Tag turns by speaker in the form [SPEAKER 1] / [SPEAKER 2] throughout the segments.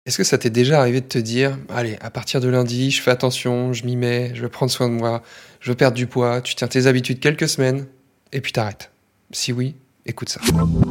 [SPEAKER 1] Est-ce que ça t'est déjà arrivé de te dire: «Allez, à partir de lundi, je fais attention, je m'y mets, je vais prendre soin de moi, je veux perdre du poids», tu tiens tes habitudes quelques semaines et puis t'arrêtes? Si oui, écoute ça.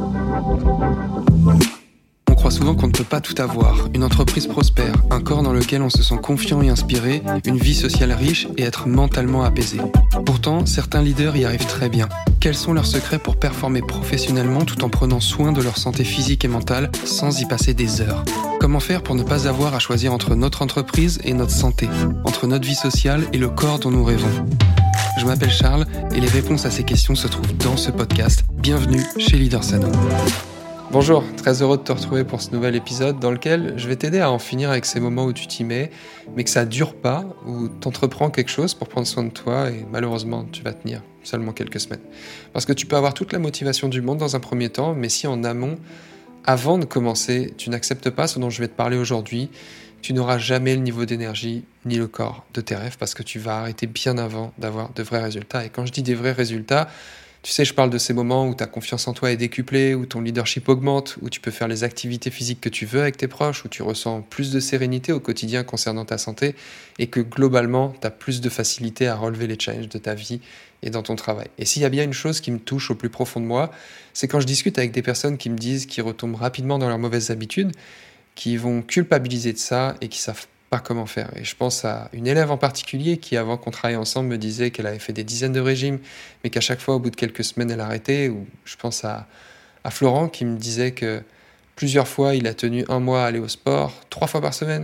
[SPEAKER 1] On croit souvent qu'on ne peut pas tout avoir. Une entreprise prospère, un corps dans lequel on se sent confiant et inspiré, une vie sociale riche et être mentalement apaisé. Pourtant, certains leaders y arrivent très bien. Quels sont leurs secrets pour performer professionnellement tout en prenant soin de leur santé physique et mentale sans y passer des heures? Comment faire pour ne pas avoir à choisir entre notre entreprise et notre santé, entre notre vie sociale et le corps dont nous rêvons? Je m'appelle Charles et les réponses à ces questions se trouvent dans ce podcast. Bienvenue chez Leader Sano. Bonjour, très heureux de te retrouver pour ce nouvel épisode dans lequel je vais t'aider à en finir avec ces moments où tu t'y mets, mais que ça dure pas, où t'entreprends quelque chose pour prendre soin de toi et malheureusement tu vas tenir seulement quelques semaines. Parce que tu peux avoir toute la motivation du monde dans un premier temps, mais si en amont, avant de commencer, tu n'acceptes pas ce dont je vais te parler aujourd'hui, tu n'auras jamais le niveau d'énergie ni le corps de tes rêves parce que tu vas arrêter bien avant d'avoir de vrais résultats. Et quand je dis des vrais résultats, tu sais, je parle de ces moments où ta confiance en toi est décuplée, où ton leadership augmente, où tu peux faire les activités physiques que tu veux avec tes proches, où tu ressens plus de sérénité au quotidien concernant ta santé et que globalement, tu as plus de facilité à relever les challenges de ta vie et dans ton travail. Et s'il y a bien une chose qui me touche au plus profond de moi, c'est quand je discute avec des personnes qui me disent qu'ils retombent rapidement dans leurs mauvaises habitudes, qui vont culpabiliser de ça et qui savent pas comment faire. Et je pense à une élève en particulier qui, avant qu'on travaille ensemble, me disait qu'elle avait fait des dizaines de régimes, mais qu'à chaque fois, au bout de quelques semaines, elle arrêtait. Ou je pense à Florent qui me disait que plusieurs fois, il a tenu un mois à aller au sport, 3 fois par semaine,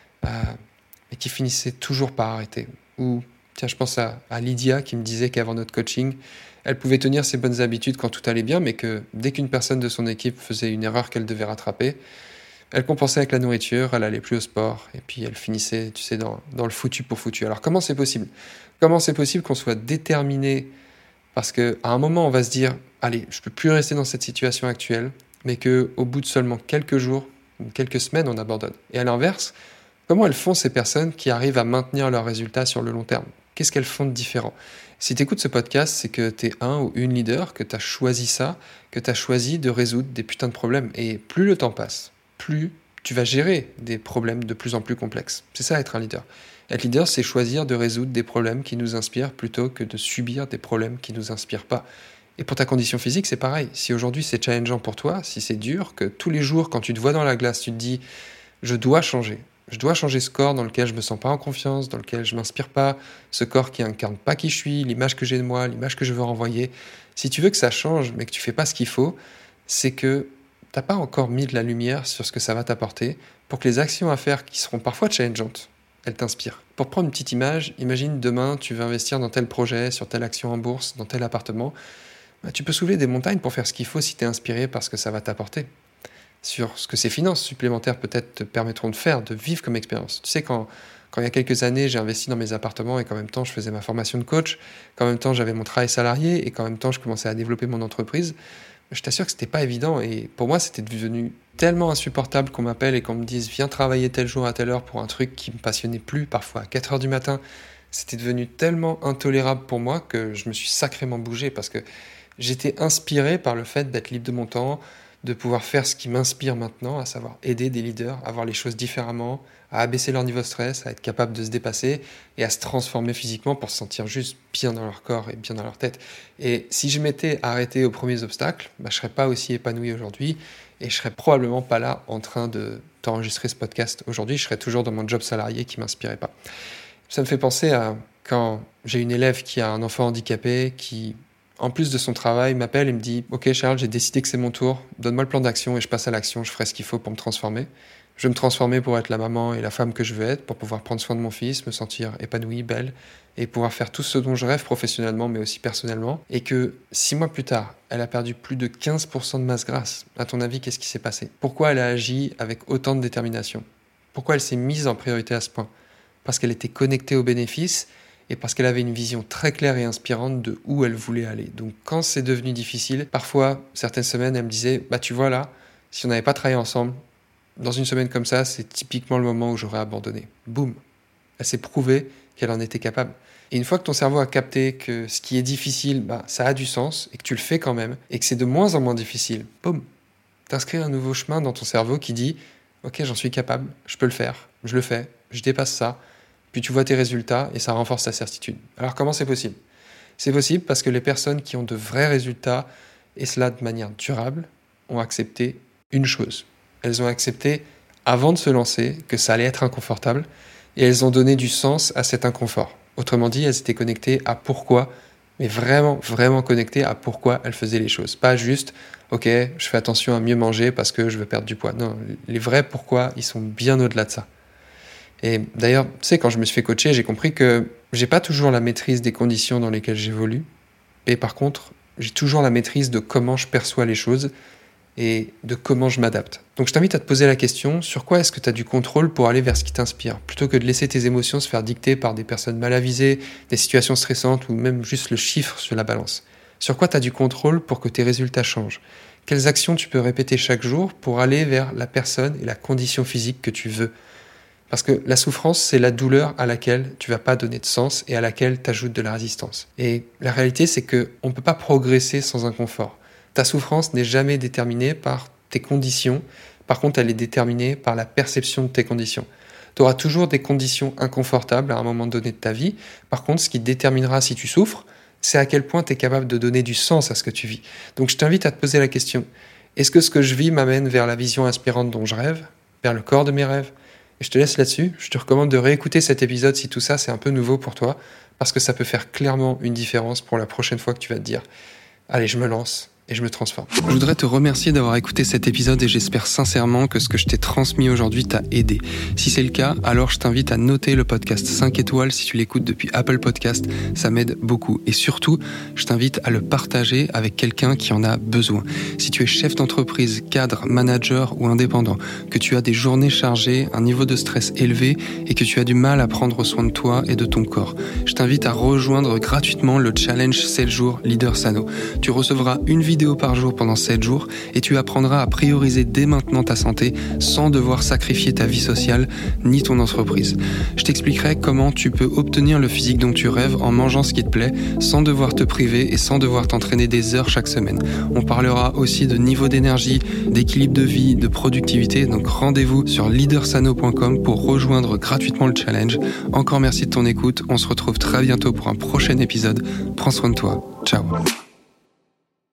[SPEAKER 1] mais qui finissait toujours par arrêter. Ou tiens, je pense à Lydia qui me disait qu'avant notre coaching, elle pouvait tenir ses bonnes habitudes quand tout allait bien, mais que dès qu'une personne de son équipe faisait une erreur qu'elle devait rattraper, elle compensait avec la nourriture, elle allait plus au sport, et puis elle finissait, tu sais, dans le foutu pour foutu. Alors comment c'est possible? Comment c'est possible qu'on soit déterminé? Parce qu'à un moment, on va se dire, allez, je ne peux plus rester dans cette situation actuelle, mais qu'au bout de seulement quelques jours, quelques semaines, on abandonne. Et à l'inverse, comment elles font ces personnes qui arrivent à maintenir leurs résultats sur le long terme? Qu'est-ce qu'elles font de différent? Si tu écoutes ce podcast, c'est que tu es un ou une leader, que tu as choisi ça, que tu as choisi de résoudre des putains de problèmes. Et plus le temps passe, plus tu vas gérer des problèmes de plus en plus complexes. C'est ça être un leader. Être leader, c'est choisir de résoudre des problèmes qui nous inspirent plutôt que de subir des problèmes qui ne nous inspirent pas. Et pour ta condition physique, c'est pareil. Si aujourd'hui c'est challengeant pour toi, si c'est dur, que tous les jours quand tu te vois dans la glace, tu te dis « je dois changer ». Je dois changer ce corps dans lequel je me sens pas en confiance, dans lequel je m'inspire pas, ce corps qui incarne pas qui je suis, l'image que j'ai de moi, l'image que je veux renvoyer. Si tu veux que ça change, mais que tu fais pas ce qu'il faut, c'est que t'as pas encore mis de la lumière sur ce que ça va t'apporter pour que les actions à faire qui seront parfois challengeantes, elles t'inspirent. Pour prendre une petite image, imagine demain tu veux investir dans tel projet, sur telle action en bourse, dans tel appartement. Tu peux soulever des montagnes pour faire ce qu'il faut si tu es inspiré par ce que ça va t'apporter. Sur ce que ces finances supplémentaires peut-être te permettront de faire, de vivre comme expérience. Tu sais, quand il y a quelques années, j'ai investi dans mes appartements et qu'en même temps, je faisais ma formation de coach, qu'en même temps, j'avais mon travail salarié et qu'en même temps, je commençais à développer mon entreprise, je t'assure que c'était pas évident. Et pour moi, c'était devenu tellement insupportable qu'on m'appelle et qu'on me dise « Viens travailler tel jour à telle heure pour un truc qui me passionnait plus, parfois à 4 heures du matin ». C'était devenu tellement intolérable pour moi que je me suis sacrément bougé parce que j'étais inspiré par le fait d'être libre de mon temps, de pouvoir faire ce qui m'inspire maintenant, à savoir aider des leaders à voir les choses différemment, à abaisser leur niveau de stress, à être capable de se dépasser et à se transformer physiquement pour se sentir juste bien dans leur corps et bien dans leur tête. Et si je m'étais arrêté aux premiers obstacles, je ne serais pas aussi épanoui aujourd'hui et je serais probablement pas là en train de t'enregistrer ce podcast aujourd'hui. Je serais toujours dans mon job salarié qui ne m'inspirait pas. Ça me fait penser à quand j'ai une élève qui a un enfant handicapé qui, en plus de son travail, m'appelle et me dit « Ok Charles, j'ai décidé que c'est mon tour, donne-moi le plan d'action et je passe à l'action, je ferai ce qu'il faut pour me transformer. Je vais me transformer pour être la maman et la femme que je veux être, pour pouvoir prendre soin de mon fils, me sentir épanouie, belle et pouvoir faire tout ce dont je rêve professionnellement mais aussi personnellement. » Et que 6 mois plus tard, elle a perdu plus de 15% de masse grasse. À ton avis, qu'est-ce qui s'est passé? Pourquoi elle a agi avec autant de détermination? Pourquoi elle s'est mise en priorité à ce point? Parce qu'elle était connectée aux bénéfices et parce qu'elle avait une vision très claire et inspirante de où elle voulait aller. Donc quand c'est devenu difficile, parfois, certaines semaines, elle me disait « tu vois là, si on n'avait pas travaillé ensemble, dans une semaine comme ça, c'est typiquement le moment où j'aurais abandonné. » Boum. Elle s'est prouvé qu'elle en était capable. Et une fois que ton cerveau a capté que ce qui est difficile, ça a du sens et que tu le fais quand même et que c'est de moins en moins difficile, boum, t'inscris un nouveau chemin dans ton cerveau qui dit Ok, j'en suis capable, je peux le faire, je le fais, je dépasse ça. Puis tu vois tes résultats et ça renforce ta certitude. Alors comment c'est possible ? C'est possible parce que les personnes qui ont de vrais résultats, et cela de manière durable, ont accepté une chose. Elles ont accepté, avant de se lancer, que ça allait être inconfortable, et elles ont donné du sens à cet inconfort. Autrement dit, elles étaient connectées à pourquoi, mais vraiment, vraiment connectées à pourquoi elles faisaient les choses. Pas juste, ok, je fais attention à mieux manger parce que je veux perdre du poids. Non, les vrais pourquoi, ils sont bien au-delà de ça. Et d'ailleurs, tu sais, quand je me suis fait coacher, j'ai compris que j'ai pas toujours la maîtrise des conditions dans lesquelles j'évolue, et par contre, j'ai toujours la maîtrise de comment je perçois les choses et de comment je m'adapte. Donc je t'invite à te poser la question, sur quoi est-ce que tu as du contrôle pour aller vers ce qui t'inspire, plutôt que de laisser tes émotions se faire dicter par des personnes mal avisées, des situations stressantes ou même juste le chiffre sur la balance. Sur quoi tu as du contrôle pour que tes résultats changent ? Quelles actions tu peux répéter chaque jour pour aller vers la personne et la condition physique que tu veux ? Parce que la souffrance, c'est la douleur à laquelle tu vas pas donner de sens et à laquelle tu ajoutes de la résistance. Et la réalité, c'est qu'on ne peut pas progresser sans inconfort. Ta souffrance n'est jamais déterminée par tes conditions. Par contre, elle est déterminée par la perception de tes conditions. Tu auras toujours des conditions inconfortables à un moment donné de ta vie. Par contre, ce qui déterminera si tu souffres, c'est à quel point tu es capable de donner du sens à ce que tu vis. Donc, je t'invite à te poser la question. Est-ce que ce que je vis m'amène vers la vision inspirante dont je rêve, vers le corps de mes rêves ? Et je te laisse là-dessus. Je te recommande de réécouter cet épisode si tout ça c'est un peu nouveau pour toi, parce que ça peut faire clairement une différence pour la prochaine fois que tu vas te dire « Allez, je me lance ». Et je me transforme. Je voudrais te remercier d'avoir écouté cet épisode et j'espère sincèrement que ce que je t'ai transmis aujourd'hui t'a aidé. Si c'est le cas, alors je t'invite à noter le podcast 5 étoiles si tu l'écoutes depuis Apple Podcast, ça m'aide beaucoup. Et surtout, je t'invite à le partager avec quelqu'un qui en a besoin. Si tu es chef d'entreprise, cadre, manager ou indépendant, que tu as des journées chargées, un niveau de stress élevé et que tu as du mal à prendre soin de toi et de ton corps, je t'invite à rejoindre gratuitement le challenge 7 jours Leader Sano. Tu recevras une vidéo par jour pendant 7 jours et tu apprendras à prioriser dès maintenant ta santé sans devoir sacrifier ta vie sociale ni ton entreprise. Je t'expliquerai comment tu peux obtenir le physique dont tu rêves en mangeant ce qui te plaît sans devoir te priver et sans devoir t'entraîner des heures chaque semaine. On parlera aussi de niveau d'énergie, d'équilibre de vie, de productivité, donc rendez-vous sur leadersano.com pour rejoindre gratuitement le challenge. Encore merci de ton écoute, on se retrouve très bientôt pour un prochain épisode. Prends soin de toi, ciao.